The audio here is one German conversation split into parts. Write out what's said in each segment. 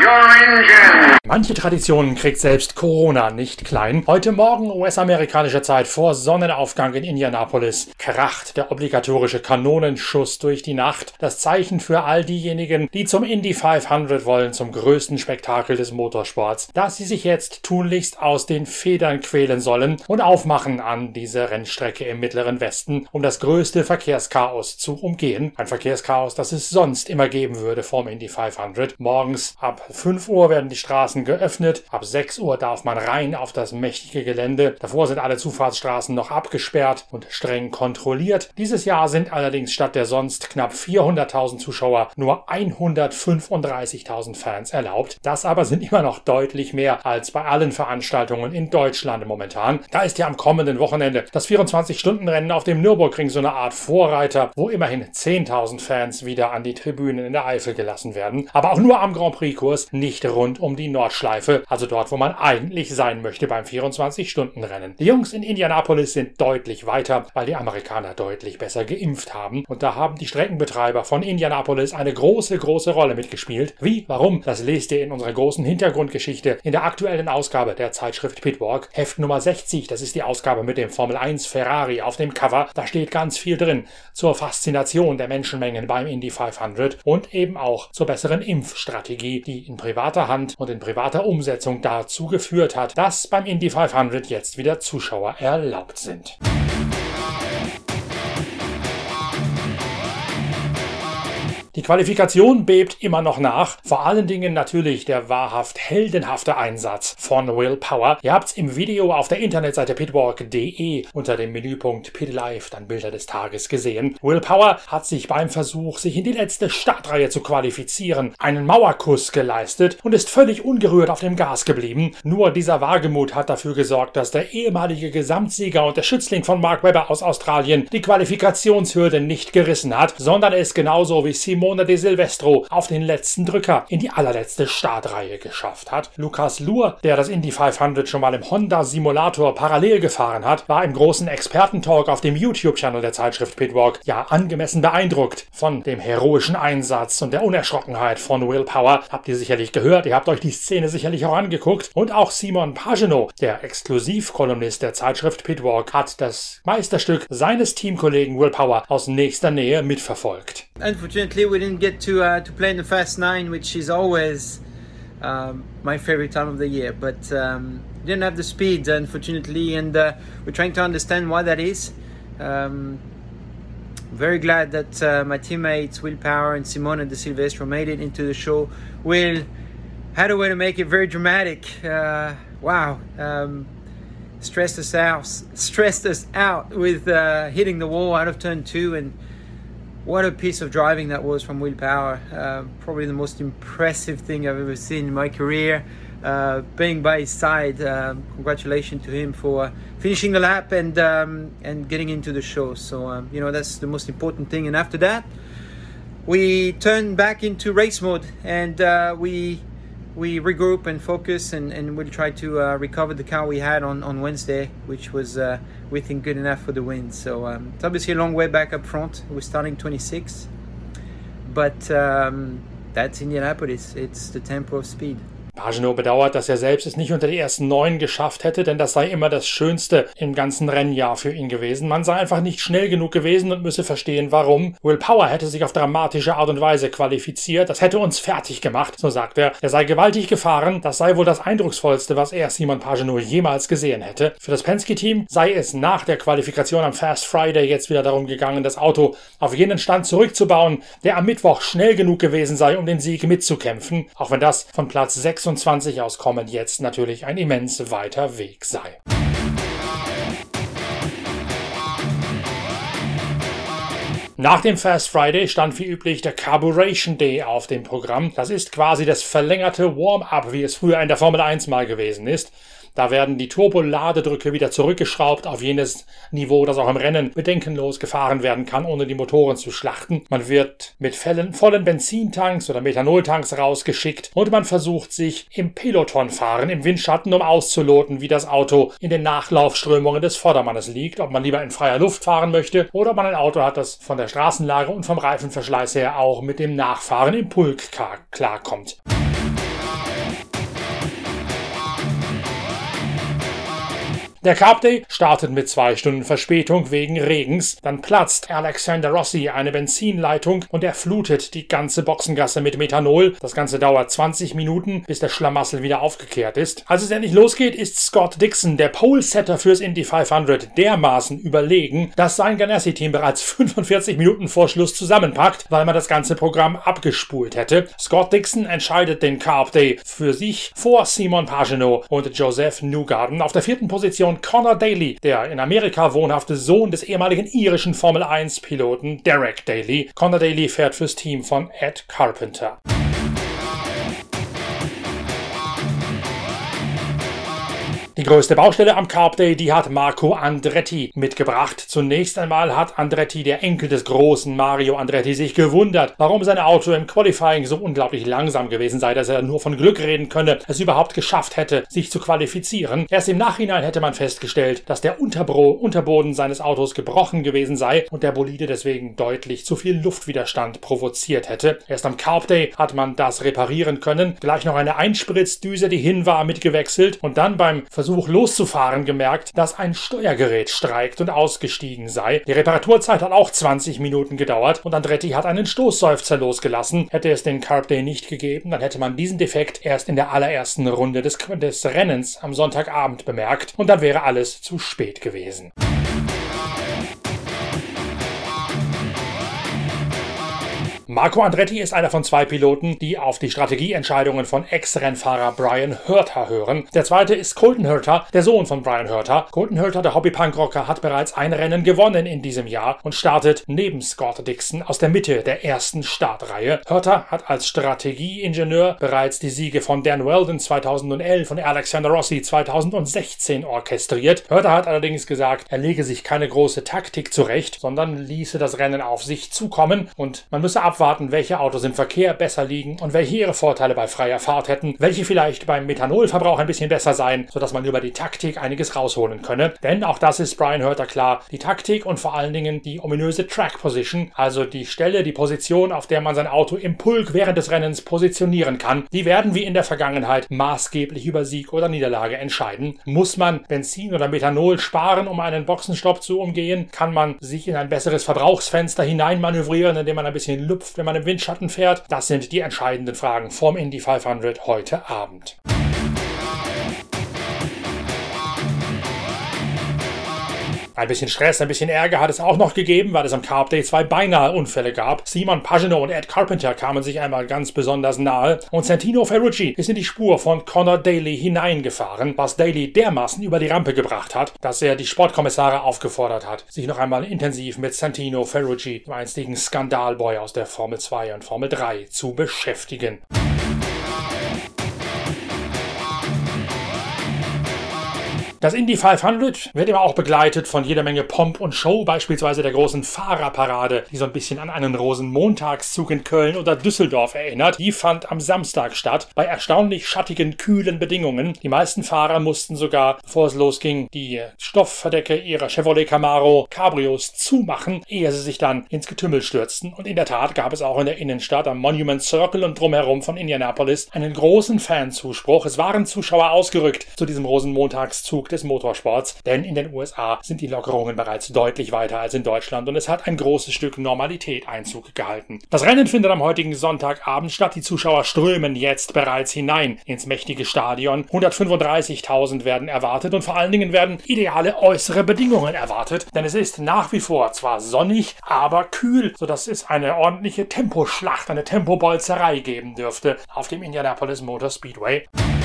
your engine! Manche Traditionen kriegt selbst Corona nicht klein. Heute Morgen US-amerikanischer Zeit vor Sonnenaufgang in Indianapolis kracht der obligatorische Kanonenschuss durch die Nacht. Das Zeichen für all diejenigen, die zum Indy 500 wollen, zum größten Spektakel des Motorsports, dass sie sich jetzt tunlichst aus den Federn quälen sollen und aufmachen an diese Rennstrecke im Mittleren Westen, um das größte Verkehrschaos zu umgehen. Ein Verkehrschaos, das es sonst immer geben würde vorm Indy 500. Morgens ab 5 Uhr werden die Straßen geöffnet. Ab 6 Uhr darf man rein auf das mächtige Gelände. Davor sind alle Zufahrtsstraßen noch abgesperrt und streng kontrolliert. Dieses Jahr sind allerdings statt der sonst knapp 400.000 Zuschauer nur 135.000 Fans erlaubt. Das aber sind immer noch deutlich mehr als bei allen Veranstaltungen in Deutschland momentan. Da ist ja am kommenden Wochenende das 24-Stunden-Rennen auf dem Nürburgring so eine Art Vorreiter, wo immerhin 10.000 Fans wieder an die Tribünen in der Eifel gelassen werden. Aber auch nur am Grand Prix-Kurs, nicht rund um die Nordschleife, also dort, wo man eigentlich sein möchte beim 24-Stunden-Rennen. Die Jungs in Indianapolis sind deutlich weiter, weil die Amerikaner deutlich besser geimpft haben. Und da haben die Streckenbetreiber von Indianapolis eine große Rolle mitgespielt. Wie? Warum? Das lest ihr in unserer großen Hintergrundgeschichte in der aktuellen Ausgabe der Zeitschrift Pitwalk. Heft Nummer 60, das ist die Ausgabe mit dem Formel 1 Ferrari auf dem Cover. Da steht ganz viel drin zur Faszination der Menschenmengen beim Indy 500 und eben auch zur besseren Impfstrategie, die in privater Hand und in privater Umsetzung dazu geführt hat, dass beim Indy 500 jetzt wieder Zuschauer erlaubt sind. Die Qualifikation bebt immer noch nach. Vor allen Dingen natürlich der wahrhaft heldenhafte Einsatz von Will Power. Ihr habt's im Video auf der Internetseite pitwalk.de unter dem Menüpunkt Pit Live dann Bilder des Tages gesehen. Will Power hat sich beim Versuch, sich in die letzte Startreihe zu qualifizieren, einen Mauerkuss geleistet und ist völlig ungerührt auf dem Gas geblieben. Nur dieser Wagemut hat dafür gesorgt, dass der ehemalige Gesamtsieger und der Schützling von Mark Webber aus Australien die Qualifikationshürde nicht gerissen hat, sondern es genauso wie Simone De Silvestro auf den letzten Drücker in die allerletzte Startreihe geschafft hat. Lukas Luhr, der das Indy 500 schon mal im Honda Simulator parallel gefahren hat, war im großen Expertentalk auf dem YouTube-Channel der Zeitschrift Pitwalk ja angemessen beeindruckt von dem heroischen Einsatz und der Unerschrockenheit von Will Power. Habt ihr sicherlich gehört, ihr habt euch die Szene sicherlich auch angeguckt. Und auch Simon Pagenaud, der Exklusivkolumnist der Zeitschrift Pitwalk, hat das Meisterstück seines Teamkollegen Will Power aus nächster Nähe mitverfolgt. Unfortunately, we didn't get to play in the Fast 9, which is always my favorite time of the year. But didn't have the speed, unfortunately, and we're trying to understand why that is. Very glad that my teammates Will Power and Simone De Silvestro made it into the show. Will had a way to make it very dramatic. Stressed us out with hitting the wall out of turn 2, and what a piece of driving that was from Will Power. Probably the most impressive thing I've ever seen in my career. Being by his side, congratulations to him for finishing the lap and getting into the show. So, that's the most important thing. And after that, we turned back into race mode, and we regroup and focus, and we'll try to recover the car we had on Wednesday, which was we think good enough for the win. So it's obviously a long way back up front. We're starting 26, but that's Indianapolis. It's the tempo of speed. Pagenaud bedauert, dass er selbst es nicht unter die ersten 9 geschafft hätte, denn das sei immer das Schönste im ganzen Rennjahr für ihn gewesen. Man sei einfach nicht schnell genug gewesen und müsse verstehen, warum. Will Power hätte sich auf dramatische Art und Weise qualifiziert. Das hätte uns fertig gemacht, so sagt er. Er sei gewaltig gefahren. Das sei wohl das Eindrucksvollste, was er, Simon Pagenaud, jemals gesehen hätte. Für das Penske-Team sei es nach der Qualifikation am Fast Friday jetzt wieder darum gegangen, das Auto auf jenen Stand zurückzubauen, der am Mittwoch schnell genug gewesen sei, um den Sieg mitzukämpfen. Auch wenn das von Platz 26 aus kommend jetzt natürlich ein immens weiter Weg sei. Nach dem Fast Friday stand wie üblich der Carburation Day auf dem Programm. Das ist quasi das verlängerte Warm-up, wie es früher in der Formel 1 mal gewesen ist. Da werden die Turboladedrücke wieder zurückgeschraubt auf jenes Niveau, das auch im Rennen bedenkenlos gefahren werden kann, ohne die Motoren zu schlachten. Man wird mit vollen Benzintanks oder Methanoltanks rausgeschickt und man versucht sich im Pelotonfahren im Windschatten, um auszuloten, wie das Auto in den Nachlaufströmungen des Vordermannes liegt, ob man lieber in freier Luft fahren möchte oder ob man ein Auto hat, das von der Straßenlage und vom Reifenverschleiß her auch mit dem Nachfahren im Pulk klarkommt. Der Carb Day startet mit 2 Stunden Verspätung wegen Regens. Dann platzt Alexander Rossi eine Benzinleitung und er flutet die ganze Boxengasse mit Methanol. Das Ganze dauert 20 Minuten, bis der Schlamassel wieder aufgekehrt ist. Als es endlich losgeht, ist Scott Dixon, der Pole-Setter fürs Indy 500, dermaßen überlegen, dass sein Ganassi-Team bereits 45 Minuten vor Schluss zusammenpackt, weil man das ganze Programm abgespult hätte. Scott Dixon entscheidet den Carb Day für sich vor Simon Pagenaud und Joseph Newgarden. Auf der 4. Position Connor Daly, der in Amerika wohnhafte Sohn des ehemaligen irischen Formel-1-Piloten Derek Daly. Connor Daly fährt fürs Team von Ed Carpenter. Die größte Baustelle am Carb Day, die hat Marco Andretti mitgebracht. Zunächst einmal hat Andretti, der Enkel des großen Mario Andretti, sich gewundert, warum sein Auto im Qualifying so unglaublich langsam gewesen sei, dass er nur von Glück reden könne, es überhaupt geschafft hätte, sich zu qualifizieren. Erst im Nachhinein hätte man festgestellt, dass der Unterboden seines Autos gebrochen gewesen sei und der Bolide deswegen deutlich zu viel Luftwiderstand provoziert hätte. Erst am Carb Day hat man das reparieren können, gleich noch eine Einspritzdüse, die hin war, mitgewechselt und dann beim Versuch loszufahren gemerkt, dass ein Steuergerät streikt und ausgestiegen sei. Die Reparaturzeit hat auch 20 Minuten gedauert und Andretti hat einen Stoßseufzer losgelassen. Hätte es den Carb Day nicht gegeben, dann hätte man diesen Defekt erst in der allerersten Runde des Rennens am Sonntagabend bemerkt und dann wäre alles zu spät gewesen. Marco Andretti ist einer von 2 Piloten, die auf die Strategieentscheidungen von Ex-Rennfahrer Brian Herta hören. Der zweite ist Colton Herta, der Sohn von Brian Herta. Colton Herta, der Hobby-Punkrocker, hat bereits ein Rennen gewonnen in diesem Jahr und startet neben Scott Dixon aus der Mitte der ersten Startreihe. Herta hat als Strategieingenieur bereits die Siege von Dan Wheldon 2011 und Alexander Rossi 2016 orchestriert. Herta hat allerdings gesagt, er lege sich keine große Taktik zurecht, sondern ließe das Rennen auf sich zukommen und man müsse abwarten, welche Autos im Verkehr besser liegen und welche ihre Vorteile bei freier Fahrt hätten, welche vielleicht beim Methanolverbrauch ein bisschen besser seien, sodass man über die Taktik einiges rausholen könne. Denn auch das ist Brian Herta klar, die Taktik und vor allen Dingen die ominöse Track Position, also die Stelle, die Position, auf der man sein Auto im Pulk während des Rennens positionieren kann, die werden wie in der Vergangenheit maßgeblich über Sieg oder Niederlage entscheiden. Muss man Benzin oder Methanol sparen, um einen Boxenstopp zu umgehen? Kann man sich in ein besseres Verbrauchsfenster hineinmanövrieren, indem man ein bisschen lupft, wenn man im Windschatten fährt? Das sind die entscheidenden Fragen vom Indy 500 heute Abend. Ein bisschen Stress, ein bisschen Ärger hat es auch noch gegeben, weil es am Carb Day 2 beinahe Unfälle gab. Simon Pagenaud und Ed Carpenter kamen sich einmal ganz besonders nahe und Santino Ferrucci ist in die Spur von Connor Daly hineingefahren, was Daly dermaßen über die Rampe gebracht hat, dass er die Sportkommissare aufgefordert hat, sich noch einmal intensiv mit Santino Ferrucci, dem einstigen Skandalboy aus der Formel 2 und Formel 3, zu beschäftigen. Das Indy 500 wird immer auch begleitet von jeder Menge Pomp und Show, beispielsweise der großen Fahrerparade, die so ein bisschen an einen Rosenmontagszug in Köln oder Düsseldorf erinnert. Die fand am Samstag statt, bei erstaunlich schattigen, kühlen Bedingungen. Die meisten Fahrer mussten sogar, bevor es losging, die Stoffverdecke ihrer Chevrolet Camaro Cabrios zumachen, ehe sie sich dann ins Getümmel stürzten. Und in der Tat gab es auch in der Innenstadt am Monument Circle und drumherum von Indianapolis einen großen Fanzuspruch. Es waren Zuschauer ausgerückt zu diesem Rosenmontagszug des Motorsports, denn in den USA sind die Lockerungen bereits deutlich weiter als in Deutschland und es hat ein großes Stück Normalität Einzug gehalten. Das Rennen findet am heutigen Sonntagabend statt. Die Zuschauer strömen jetzt bereits hinein ins mächtige Stadion. 135.000 werden erwartet und vor allen Dingen werden ideale äußere Bedingungen erwartet, denn es ist nach wie vor zwar sonnig, aber kühl, sodass es eine ordentliche Temposchlacht, eine Tempobolzerei geben dürfte auf dem Indianapolis Motor Speedway.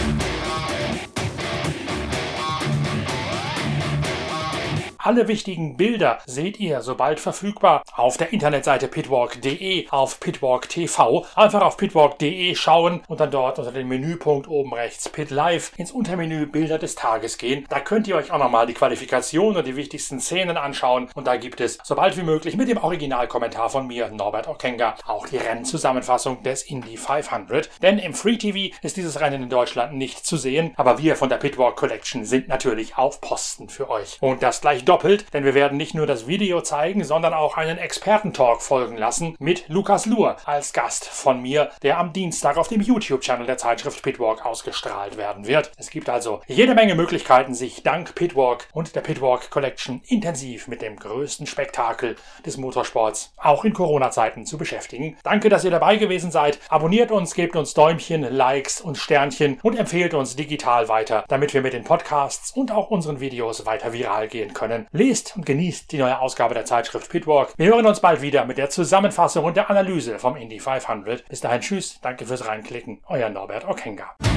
Alle wichtigen Bilder seht ihr sobald verfügbar auf der Internetseite pitwalk.de, auf Pitwalk TV. Einfach auf pitwalk.de schauen und dann dort unter dem Menüpunkt oben rechts Pit Live ins Untermenü Bilder des Tages gehen. Da könnt ihr euch auch nochmal die Qualifikation und die wichtigsten Szenen anschauen und da gibt es sobald wie möglich mit dem Originalkommentar von mir, Norbert Okenga, auch die Rennzusammenfassung des Indy 500. Denn im Free TV ist dieses Rennen in Deutschland nicht zu sehen, aber wir von der Pitwalk Collection sind natürlich auf Posten für euch. Und das gleich doppelt, denn wir werden nicht nur das Video zeigen, sondern auch einen Expertentalk folgen lassen mit Lukas Luhr als Gast von mir, der am Dienstag auf dem YouTube-Channel der Zeitschrift Pitwalk ausgestrahlt werden wird. Es gibt also jede Menge Möglichkeiten, sich dank Pitwalk und der Pitwalk Collection intensiv mit dem größten Spektakel des Motorsports auch in Corona-Zeiten zu beschäftigen. Danke, dass ihr dabei gewesen seid. Abonniert uns, gebt uns Däumchen, Likes und Sternchen und empfehlt uns digital weiter, damit wir mit den Podcasts und auch unseren Videos weiter viral gehen können. Lest und genießt die neue Ausgabe der Zeitschrift Pitwalk. Wir hören uns bald wieder mit der Zusammenfassung und der Analyse vom Indy 500. Bis dahin, tschüss, danke fürs Reinklicken, euer Norbert Ockenga.